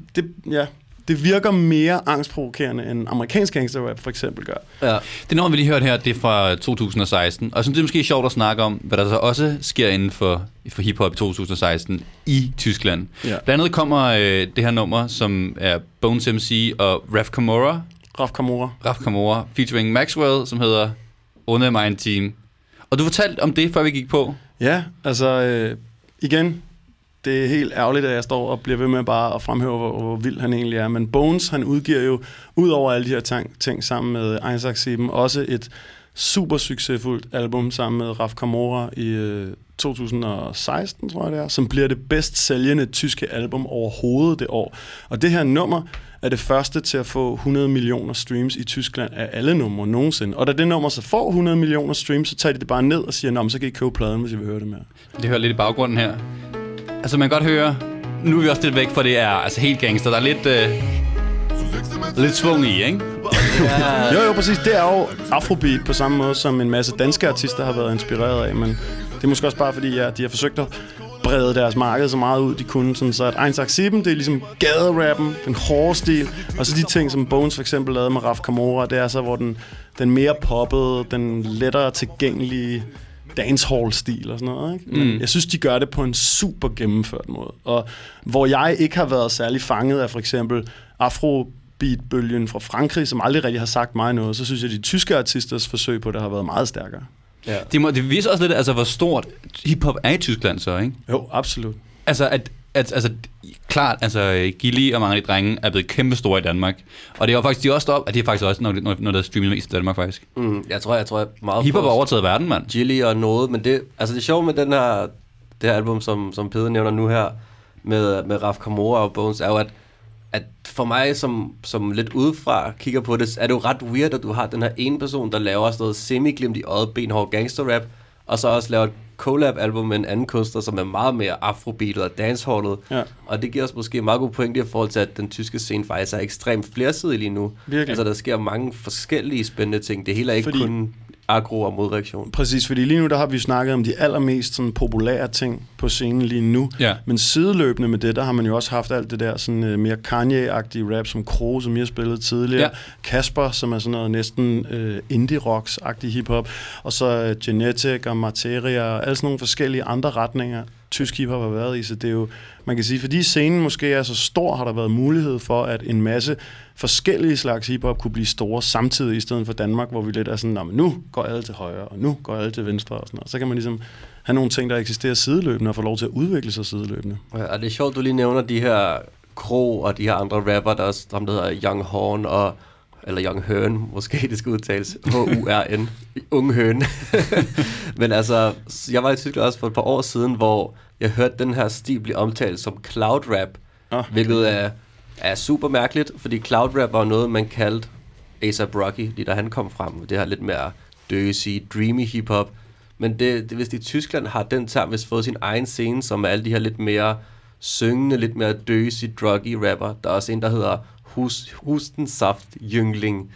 det virker mere angstprovokerende end amerikansk gangsterrap for eksempel gør. Ja. Det nummer, vi lige hørte her, det er fra 2016. Og jeg synes, det er måske sjovt at snakke om, hvad der så også sker inden for hiphop i 2016 i Tyskland. Ja. Blandt andet kommer det her nummer, som er Bones MC og Raf Kamora featuring Maxwell, som hedder Ohne mein Team. Og du fortalte om det, før vi gik på. Ja, altså igen... Det er helt ærgerligt, at jeg står og bliver ved med bare at fremhæve, hvor vild han egentlig er. Men Bones, han udgiver jo, ud over alle de her ting sammen med Isaac Sieben, også et super succesfuldt album sammen med Raf Kamora i 2016, tror jeg det er, som bliver det bedst sælgende tyske album overhovedet det år. Og det her nummer er det første til at få 100 millioner streams i Tyskland af alle numre nogensinde. Og da det nummer så får 100 millioner streams, så tager de det bare ned og siger, nå, så kan I købe pladen, hvis I vil høre det mere. Det hører lidt i baggrunden her. Altså man kan godt høre, nu er vi også lidt væk fra det er altså helt gangster. Der er lidt svung i, ikke? Jo, præcis. Det er jo afrobeat på samme måde, som en masse danske artister har været inspireret af. Men det er måske også bare fordi, de har forsøgt at brede deres marked så meget ud, de kunne. Sådan, så at Isaac Sieben, det er ligesom gaderappen, den hårde stil. Og så de ting, som Bones for eksempel lavede med Raf Kamora, det er så, hvor den mere poppede, den lettere tilgængelige dancehall-stil og sådan noget, ikke? Men jeg synes, de gør det på en super gennemført måde. Og hvor jeg ikke har været særlig fanget af for eksempel afrobeat-bølgen fra Frankrig, som aldrig rigtig har sagt mig noget, så synes jeg, at de tyske artisters forsøg på det har været meget stærkere. Ja. Det viser også lidt, altså, hvor stort hiphop er i Tyskland så, ikke? Jo, absolut. Altså, klart, altså Gilly og mange af de drenge er blevet kæmpe store i Danmark. Og det er jo faktisk, de er også op, at de er faktisk også noget der streamer mest i Danmark, faktisk. Jeg tror meget hiphop har overtaget verden, mand. Gilly og noget, men det er sjovt med det her album, som Peder nævner nu her, med Raf Kamora og Bones, er jo, at for mig, som lidt udefra kigger på det, er det jo ret weird, at du har den her ene person, der laver sådan noget semi-glimt i øjet, benhård gangster-rap, og så også laver et collab-album med en anden kunstner, som er meget mere afrobeatet og dancehallet. Ja. Og det giver os måske meget god pointe i forhold til, at den tyske scene faktisk er ekstremt flersidig lige nu. Virkelig. Altså, der sker mange forskellige spændende ting. Det hele er ikke kun agro og modreaktion. Præcis, fordi lige nu der har vi snakket om de allermest sådan, populære ting på scenen lige nu. Ja. Men sideløbende med det, der har man jo også haft alt det der sådan, mere Kanye-agtige rap, som Crow, som I har spillet tidligere. Ja. Kasper, som er sådan noget næsten indie-rocks-agtig hiphop. Og så Genetic og Materia og alle sådan nogle forskellige andre retninger, tysk hiphop har været i. Så det er jo, man kan sige, fordi scenen måske er så stor, har der været mulighed for, at en masse forskellige slags hiphop kunne blive store samtidig, i stedet for Danmark, hvor vi lidt er sådan, nu går alle til højre, og nu går alle til venstre, og sådan noget. Så kan man ligesom have nogle ting, der eksisterer sideløbende, og få lov til at udvikle sig sideløbende. Ja, og det er sjovt, du lige nævner de her Crow og de her andre rapper, der også ham, der hedder Young Horn, eller Young Høn, måske det skal udtales, H-U-R-N, Unge Høn. Men altså, jeg var i Tyskland også for et par år siden, hvor jeg hørte den her stil blive omtalt som cloud rap, hvilket er super mærkeligt, fordi cloud rap var noget, man kaldte A$AP Rocky, lige da han kom frem. Det her lidt mere døsy, dreamy hiphop. Men det hvis de i Tyskland har den term, hvis fået sin egen scene, som er alle de her lidt mere syngende, lidt mere døsy, druggy rapper. Der er også en, der hedder Hustensaft Jüngling,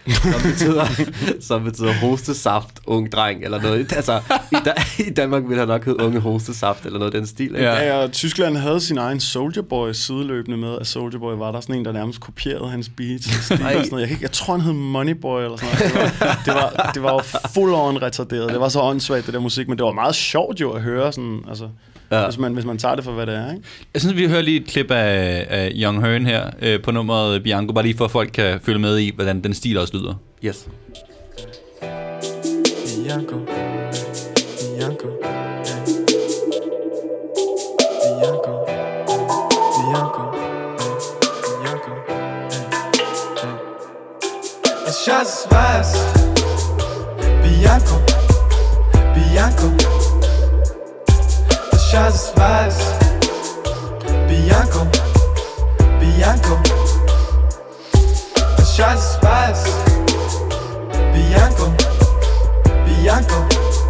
som betyder hostesaft ung dreng eller noget. Altså i Danmark ville han nok hedde unge hostesaft eller noget af den stil. Ikke? Ja, og Tyskland havde sin egen Soulja Boy sideløbende med, at Soulja Boy var der sådan en, der nærmest kopierede hans beats. Jeg tror han hed Money Boy eller sådan noget. Det var jo full on retarderet. Det var så åndssvagt det der musik, men det var meget sjovt jo at høre sådan, altså. Ja. Hvis man tager det for, hvad det er, ikke? Jeg synes, vi hører lige et klip af Young Høn her på nummeret Bianco, bare lige for at folk kan følge med i, hvordan den stil også lyder. Yes. Bianco. Bianco. Bianco. Bianco. Bianco. ist weiß. Bianco, Bianco. Das Scheiß ist weiß. Bianco, Bianco. Das Scheiß ist weiß. Bianco, Bianco.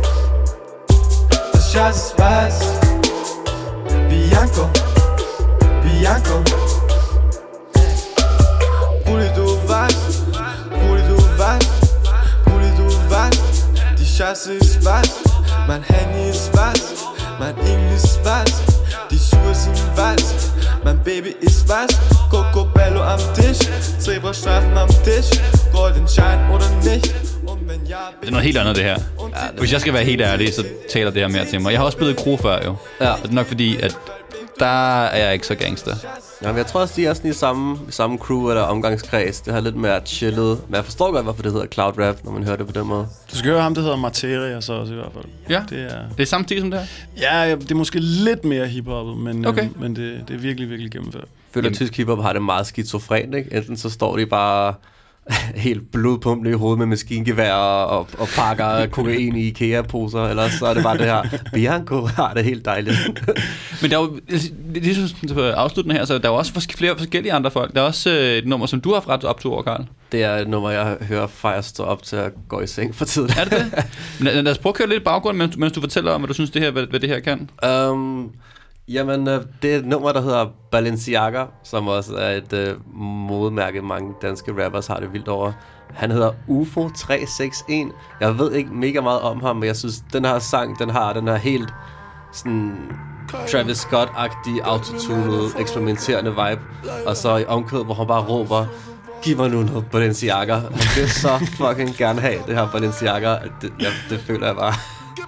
Das Scheiß ist weiß. Bianco, Bianco. Brudi, du weißt, Brudi, du weißt, Brudi, du weißt, die Scheiße ist weiß, mein Handy ist weiß, mein Englisch ist weiß, die Schuhe sind weiß, mein Baby ist weiß, Cocobello am Tisch, Zebrastreifen am Tisch, Goldenschein oder nicht. Det er noget helt andet, det her. Hvis jeg skal være helt ærlig, så taler det her mere til mig. Jeg har også spillet kro før, jo. Ja. Og det er nok fordi, at der er jeg ikke så gangster. Jamen, jeg tror også, de er sådan i samme crew eller omgangskreds. Det har lidt mere chillet. Men jeg forstår godt, hvorfor det hedder cloud rap, når man hører det på den måde. Du skal høre ham, det hedder Materia, så også i hvert fald. Ja, det er samme stil som det her? Ja, det er måske lidt mere hiphoppet, men, okay. Men det er virkelig, virkelig gennemført. Jeg føler, at tysk hiphop har det meget skizofrent, ikke? Enten så står de bare helt blodpumpende i hovedet med maskingevær og pakker kokain i IKEA-poser, eller så er det bare det her. Bianco har det helt dejligt. Men der er jo, ligesom afsluttende her, så der er jo også flere forskellige andre folk. Der er også et nummer, som du har haft op 2 år, Karl. Det er et nummer, jeg hører fejre stå op til at gå i seng for tiden. Er det det? Men lad os prøve at køre lidt baggrund, mens du fortæller om, hvad du synes, hvad det her kan. Jamen, det er et nummer, der hedder Balenciaga, som også er et modemærke, mange danske rappers har det vildt over. Han hedder UFO 361. Jeg ved ikke mega meget om ham, men jeg synes, den her sang, den har helt sådan Travis Scott-agtig, autotunet, eksperimenterende vibe. Og så i omkødet, hvor han bare råber, giv mig nu noget Balenciaga. Han vil så fucking gerne have det her Balenciaga. Det føler jeg bare.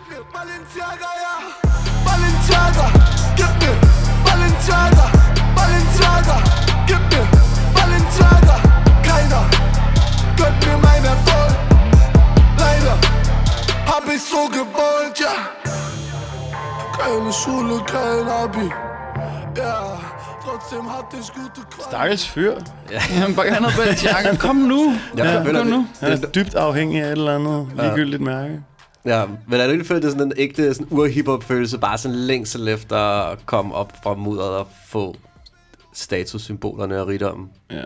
Balenciaga, gib mir Balenciaga, Balenciaga, gib mir Balenciaga. Keiner gönnt mir mein Erfolg. Leider hab ich so gewollt, ja. Keine Schule, kein Abi, ja. Trotzdem hatte ich gute Qualität. Stakkels fyr. Jamen, bare han har Balenciaga. Kom nu. Kom nu. Han er dybt afhængig af et eller andet ligegyldigt mærke. Ja, men er det ikke følt, det er sådan en ægte sådan ur-hip-hop-følelse, bare sådan længsel efter at komme op fra mudderet og få statussymbolerne og rigdommen? Ja.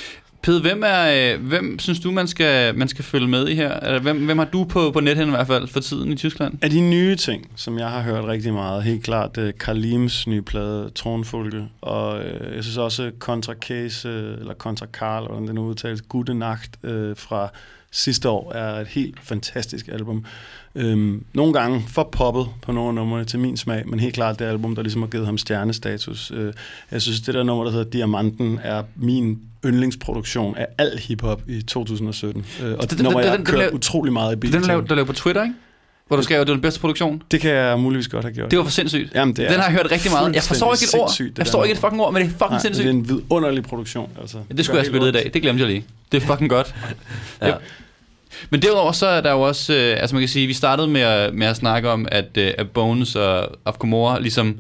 Pede, hvem synes du, man skal følge med i her? Eller hvem har du på nethen i hvert fald for tiden i Tyskland? Af de nye ting, som jeg har hørt rigtig meget, helt klart Karlims nye plade, Tronfolke, og jeg synes også Contra Case, eller Contra Karl, hvordan den udtales, Gute Nacht fra sidste år, er et helt fantastisk album. Nogle gange for poppet på nogle af numrene til min smag, men helt klart det album, der ligesom har givet ham stjernestatus. Jeg synes, det der nummer, der hedder Diamanten, er min yndlingsproduktion af al hiphop i 2017. Og det nummer, jeg har kørt utrolig meget i bilen. Den der laver på Twitter, ikke? Hvor du skrev, at det var den bedste produktion. Det kan jeg muligvis godt have gjort. Det var for sindssygt. Jamen, den har jeg hørt rigtig meget. Jeg forstår ikke et ord. Jeg forstår ikke et fucking ord, men det er fucking sindssygt. Det er en vidunderlig produktion. Altså. Ja, det skulle jeg have spillet i dag. Det glemte jeg lige. Det er fucking godt. Ja. Men derudover så er der jo også, altså man kan sige, vi startede med at snakke om, at Bones og Af Gomorrah ligesom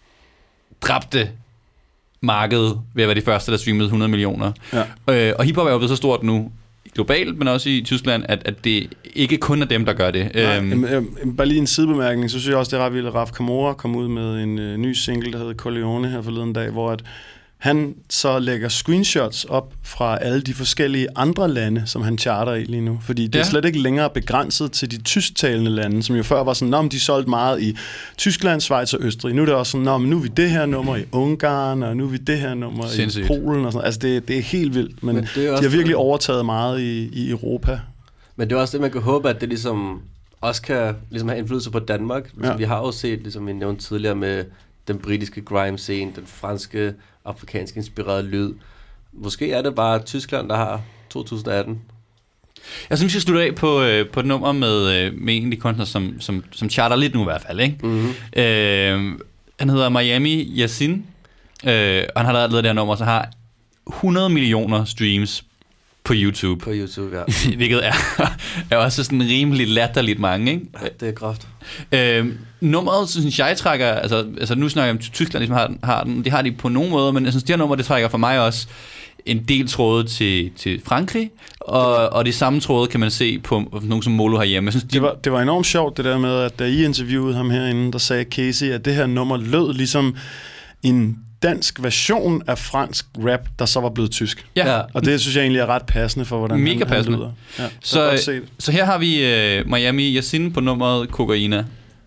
dræbte markedet ved at være de første, der streamede 100 millioner. Ja. Og hiphop er jo blevet så stort nu, globalt, men også i Tyskland, at det ikke kun er dem, der gør det. Bare lige en sidebemærkning, så synes jeg også, det er ret vildt, at Af Gomorrah kom ud med en ny single, der hedder Corleone her forleden dag, hvor at han så lægger screenshots op fra alle de forskellige andre lande, som han charter i lige nu. Fordi det er slet ikke længere begrænset til de tysktalende lande, som jo før var sådan, men de solgte meget i Tyskland, Schweiz og Østrig. Nu er det også sådan, men nu er vi det her nummer i Ungarn, og nu er vi det her nummer i Polen. Og sådan. Altså det er helt vildt, men de har virkelig overtaget meget i Europa. Men det er også det, man kan håbe, at det ligesom også kan ligesom have indflydelse på Danmark. Ja. Vi har jo set, ligesom vi nævnte tidligere, med den britiske grime-scene, den franske, afrikansk inspireret lyd. Måske er det bare Tyskland, der har 2018. Jeg synes, vi skal slutte af på et nummer med en af kunstnere, som charter lidt nu i hvert fald. Ikke? Mm-hmm. Han hedder Miami Yassin, og han har lavet det her nummer, så har 100 millioner streams på YouTube. På YouTube, ja. Hvilket er også sådan rimelig latterligt mange, ikke? Ja, det er groft. Nummeret, synes jeg, trækker... Altså nu snakker jeg om Tyskland, ligesom har den. Det har de på nogen måde, men jeg synes, det her nummer, det trækker for mig også en del tråde til Frankrig, og de samme tråde kan man se på nogen som Molo herhjemme. Jeg synes, det var enormt sjovt, det der med, at da I interviewede ham herinde, der sagde Casey, at det her nummer lød ligesom en dansk version af fransk rap, der så var blevet tysk. Ja. Og det synes jeg egentlig er ret passende for, hvordan mega han passende. lyder. Ja, så her har vi Miami Yasin på nummeret Kokaina.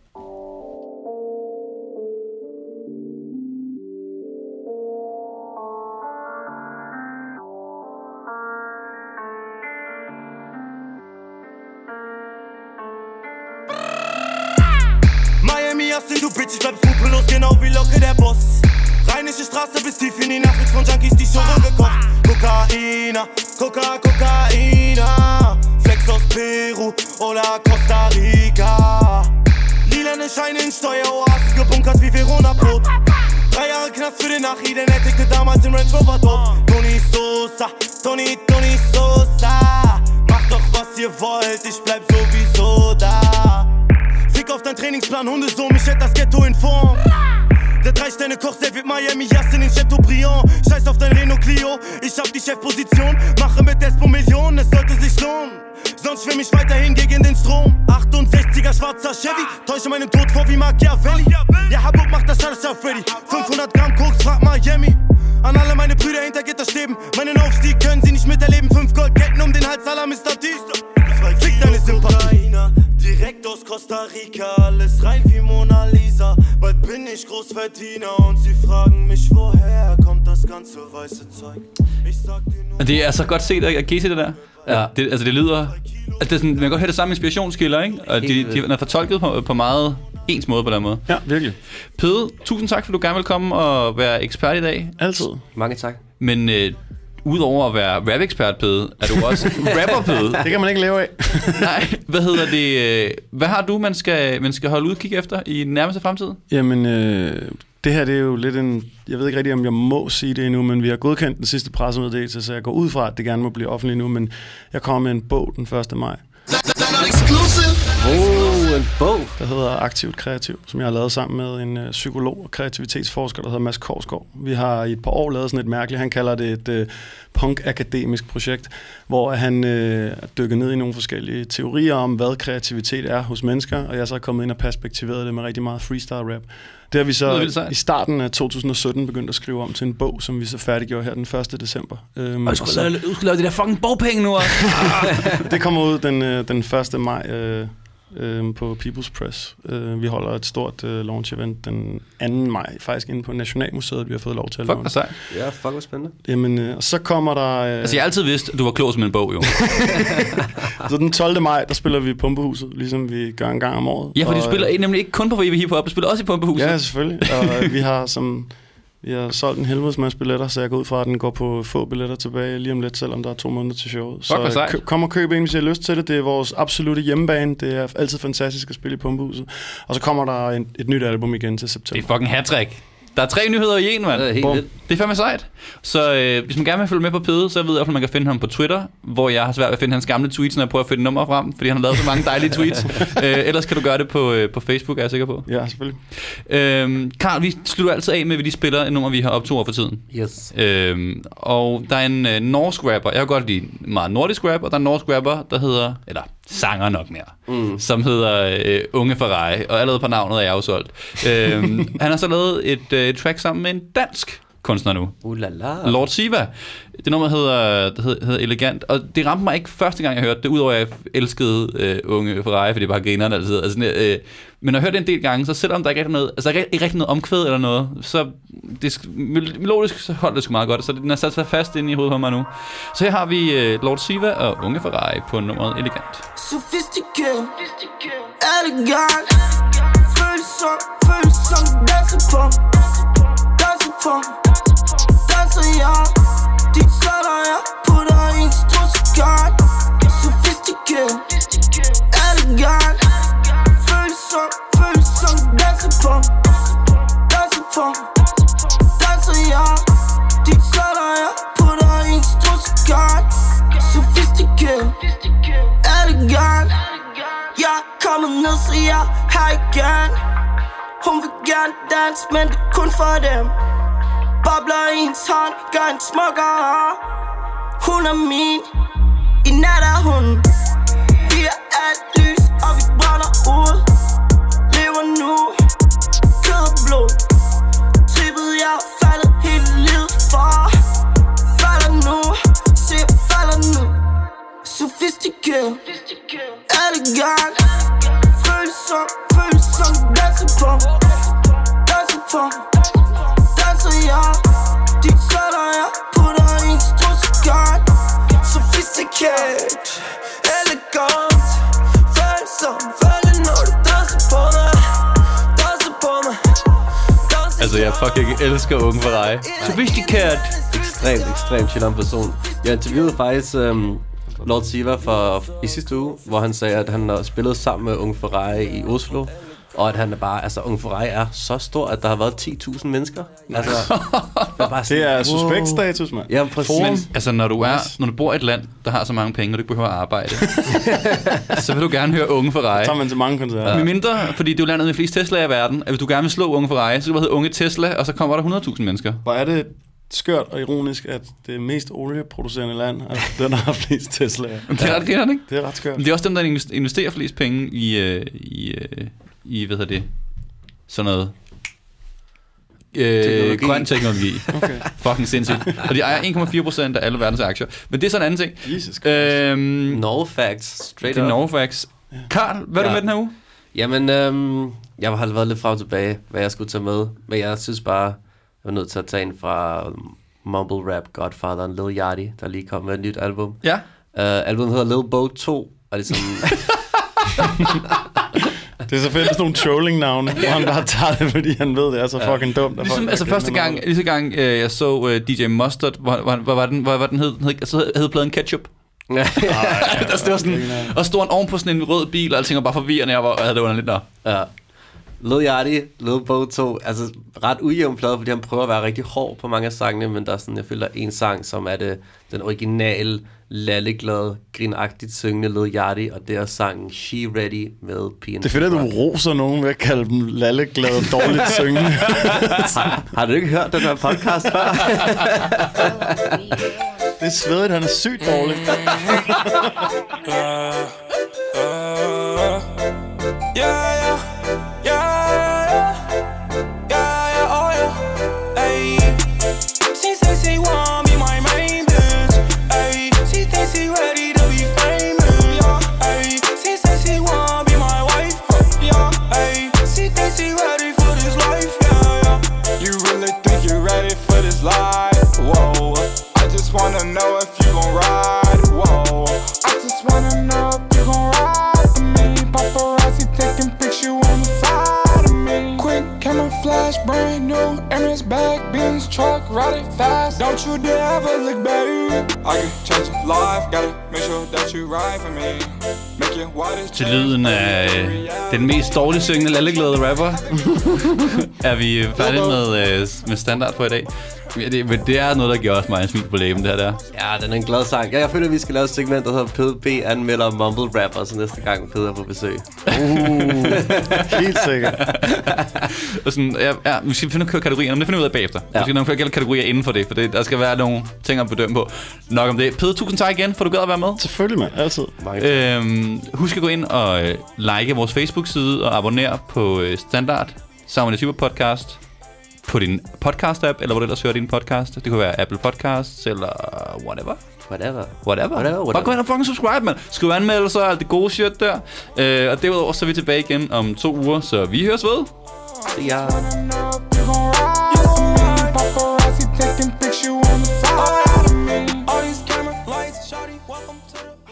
Miami Yasin, du bitch, ich bleib skrupellos, genau wie Locke der Boss. Rheinische Straße bis tief in die Nachricht von Junkies, die schon rumgekocht. Kokaina, Kokaina. Flex aus Peru oder Costa Rica. Lilane Scheine in Steueroasen gebunkert wie Verona Brot. 3 Jahre Knast für den Nachi, den tickte damals im Range Rover tot. Tony Sosa, Tony Sosa. Macht doch was ihr wollt, ich bleib sowieso da. Fick auf dein Trainingsplan, Hundesohn, ich hätt das Ghetto in Form. Der 3-Sterne-Koch, der wird Miami Yasin in Chateaubriand. Scheiß auf dein Renault Clio, ich hab die Chefposition. Mache mit Despo Millionen, es sollte sich lohnen. Sonst schwimm ich weiterhin gegen den Strom. 68er schwarzer Chevy, täusche meinen Tod vor wie Machiavelli. Ja, Habub macht das alles auf Freddy. 500 Gramm Koks, frag Miami. An alle meine Brüder hinter Gitterstäben. Meinen Aufstieg können sie nicht miterleben. 5 Goldketten um den Hals aller Mr. Dees. Fick deine Sympathie. Direkt aus Costa Rica, alles rein wie Mona Lisa. Bald bin ich Großverdiener und sie fragen mich, woher kommt das ganze weiße Zeug. Ich sag dir nur... Det er så godt set at Casey det der. Ja. Det lyder... Altså det er sådan, man kan godt høre det samme inspirationskilder, ikke? Og de er fortolket på meget ens måde på den måde. Ja, virkelig. Pede, tusind tak, for du gerne vil komme og være ekspert i dag. Altid. Mange tak. Men udover at være rap-ekspert, Pede, er du også rapper, Pede. Det kan man ikke leve af. Nej, hvad hedder det? Hvad har du, man skal holde udkig efter i den nærmeste fremtid? Jamen, det her det er jo lidt en... Jeg ved ikke rigtig, om jeg må sige det endnu, men vi har godkendt den sidste pressemeddelelse, så jeg går ud fra, at det gerne må blive offentligt nu, men jeg kommer med en bog den 1. maj. En bog? Der hedder Aktivt Kreativ, som jeg har lavet sammen med en psykolog og kreativitetsforsker, der hedder Mads Korsgaard. Vi har i et par år lavet sådan et mærkeligt, han kalder det et punk-akademisk projekt, hvor han dykker ned i nogle forskellige teorier om, hvad kreativitet er hos mennesker, og jeg så er kommet ind og perspektiveret det med rigtig meget freestyle-rap. Det har vi så i starten af 2017 begyndt at skrive om til en bog, som vi så færdiggjorde her den 1. december. Og du skulle lave det der fucking bogpenge nu også. Det kommer ud den 1. maj på People's Press. Vi holder et stort launch-event den 2. maj, faktisk inde på Nationalmuseet, vi har fået lov til at lave. Fuck, hvor sejt. Ja, fuck, hvor spændende. Jamen, og så kommer der... Altså, jeg har altid vidst, at du var klog som en bog, jo. Så den 12. maj, der spiller vi i Pumpehuset, ligesom vi gør en gang om året. Ja, for du spiller nemlig ikke kun på VV Hip Hop, du spiller også i Pumpehuset. Ja, selvfølgelig. Og vi har solgt en helvedesmads billetter, så jeg går ud fra, at den går på få billetter tilbage lige om lidt, selvom der er 2 måneder til showet. Så kom og køb en, hvis I har lyst til det. Det er vores absolutte hjemmebane. Det er altid fantastisk at spille i Pumpehuset. Og så kommer der et nyt album igen til september. Det er fucking hat-trick. Der er 3 nyheder i en, mand. Det er fandme sejt. Så hvis man gerne vil følge med på Pede, så ved jeg, at man kan finde ham på Twitter, hvor jeg har svært ved at finde hans gamle tweets, når jeg prøver at finde nummer frem, fordi han har lavet så mange dejlige tweets. Ellers kan du gøre det på Facebook, er jeg sikker på. Ja, selvfølgelig. Karl, vi slutter altid af med, at vi spiller et nummer, vi har optog for tiden. Yes. Og der er en norsk rapper. Jeg kan godt lide meget nordisk rap, og der er en norsk rapper, der hedder... Eller sanger nok mere, som hedder Unge Ferrari, og allerede på navnet er jeg afsolgt. Han har så lavet et track sammen med en dansk kunstner nu. Lord Siva. Det nummer hedder Elegant, og det ramte mig ikke første gang, jeg hørte det, udover at jeg elskede Unge Ferrari, fordi det bare grineren altid. Altså, men når jeg hørte det en del gange, så selvom der ikke er noget, altså ikke rigtig noget omkvæd eller noget, så det melodisk så holdt det sgu meget godt, så den er sat sig fast inde i hovedet på mig nu. Så her har vi Lord Siva og Unge Ferrari på nummeret Elegant. Sophisticated, elegant, følsom, danser på, ja, de sætter jeg, putter i en strussegarn. Sophisticated, elegant, følsom, danser på, ja, de sætter jeg, putter i en strussegarn. Sophisticated, elegant, jeg er kommet ned, så jeg har igen. Hun vil gerne danse, men det er kun for dem. Bobler i hendes hånd, gør en smukkere. Hun er min, i nat er hun. Vi er alt lys, og vi brænder ud. Lever nu, kød og blod. Trippet, jeg er faldet hele livet for. Falder nu, se jeg falder nu. Sofistikeret, elegant. Følelser, danser på. Danser på, danser jeg. De sætter jeg, putter i en strussekart. Sofistikeret, elegant. Følelser, når du danser på mig. Danser på mig. Altså, jeg fucking elsker Unge Ferrari. Sofistikeret. Ekstremt chillen person. Jeg interviewede faktisk Lord Siva i sidste uge, hvor han sagde, at han har spillet sammen med Unge Ferrari i Oslo. Og at han er bare, altså Unge Ferrari er så stor, at der har været 10.000 mennesker. Altså, det er suspekt-status, mand. Ja, præcis. Men, altså, når du bor i et land, der har så mange penge, og du ikke behøver at arbejde, så vil du gerne høre Unge Ferrari. Så tager man til mange koncerter. Med mindre, fordi det er jo landet med flest Teslaer i verden, at hvis du gerne vil slå Unge Ferrari, så kan du hedde Unge Tesla, og så kommer der 100.000 mennesker. Hvor er det skørt og ironisk, at det mest olieproducerende land er den, der har flest Teslaer. Det er ret grineren, ikke? Det er ret skørt. Men det er også dem, der investerer flest penge i hvad hedder det, sådan noget grøn teknologi. Okay. Fucking sindssygt. Og de ejer 1,4% af alle verdens aktier. Men det er sådan en anden ting. Jesus Christ. Norge facts, straight up. Det er Norge facts. Karl, hvad er du med den her uge? Jamen, jeg har været lidt frem og tilbage, hvad jeg skulle tage med. Men jeg synes bare, jeg var nødt til at tage en fra mumble rap godfatheren Lil Yachty, der lige kom med et nyt album. Ja. Albumet hedder Lil Boat 2, og det er sådan... Det er så fedt, sådan nogle trolling-navne, hvor han bare tager det, fordi han ved, det er så fucking dumt. Ligesom, altså første gang, jeg så DJ Mustard, hvor var den hed pladen Ketchup. Ja. Det var sådan, og stod han oven på sådan en rød bil, og alting var bare forvirrende, og jeg havde det underligt der. Ja. Lil Yachty, Lil Boat 2, altså ret ujævn plade, fordi han prøver at være rigtig hård på mange af sangene, men der er sådan, jeg føler en sang, som er den originale, lalleglade, grinagtigt syngende Lil Yachty, og det er sangen She Ready med Pian. Det er fedt, at du roser nogen ved at kalde dem lalleglade, dårligt syngende. Har du ikke hørt den her podcast før? Det er svedigt, han er sygt dårlig. Wanna know if you gon' ride, whoa. I just wanna know if you gon' ride for me. Paparazzi taking picture on the side of me. Quick camouflage, brand new Hermes bag, Benz truck, ride it fast. Don't you dare ever look back. I can change your life, gotta make sure that you ride for me. Make your waters. Til lyden af den mest dårligt syngende lalleglade rapper er vi færdige med standard for i dag. Men det er noget, der giver også mig en smil på læben, det her der. Ja, den er en glad sang. Jeg føler, at vi skal lave et segment, der hedder PDB anmelder mumble rapper, så næste gang Peder er på besøg. Helt sikkert. Og sådan, vi skal finde kategorier, men det finder vi ud af bagefter. Vi skal nok køre kategorier inden for det, for der skal være nogle ting at bedømme på. Nok om det. Peder, tusind tak igen, for du gad at være med. Selvfølgelig, mand. Altid. Husk at gå ind og like vores Facebook-side og abonnere på Standard Sammen med Typer Podcast på din podcast-app, eller hvor du ellers hører din podcast. Det kunne være Apple Podcasts, eller whatever. Bare gå ind og fucking subscribe, man. Skriv anmeldelser og alt det gode shit der. Og derudover så er vi tilbage igen om 2 uger, så vi høres ved. See ya. Paparazzi taking picture on the side of me. All these camera lights, shawty, welcome to the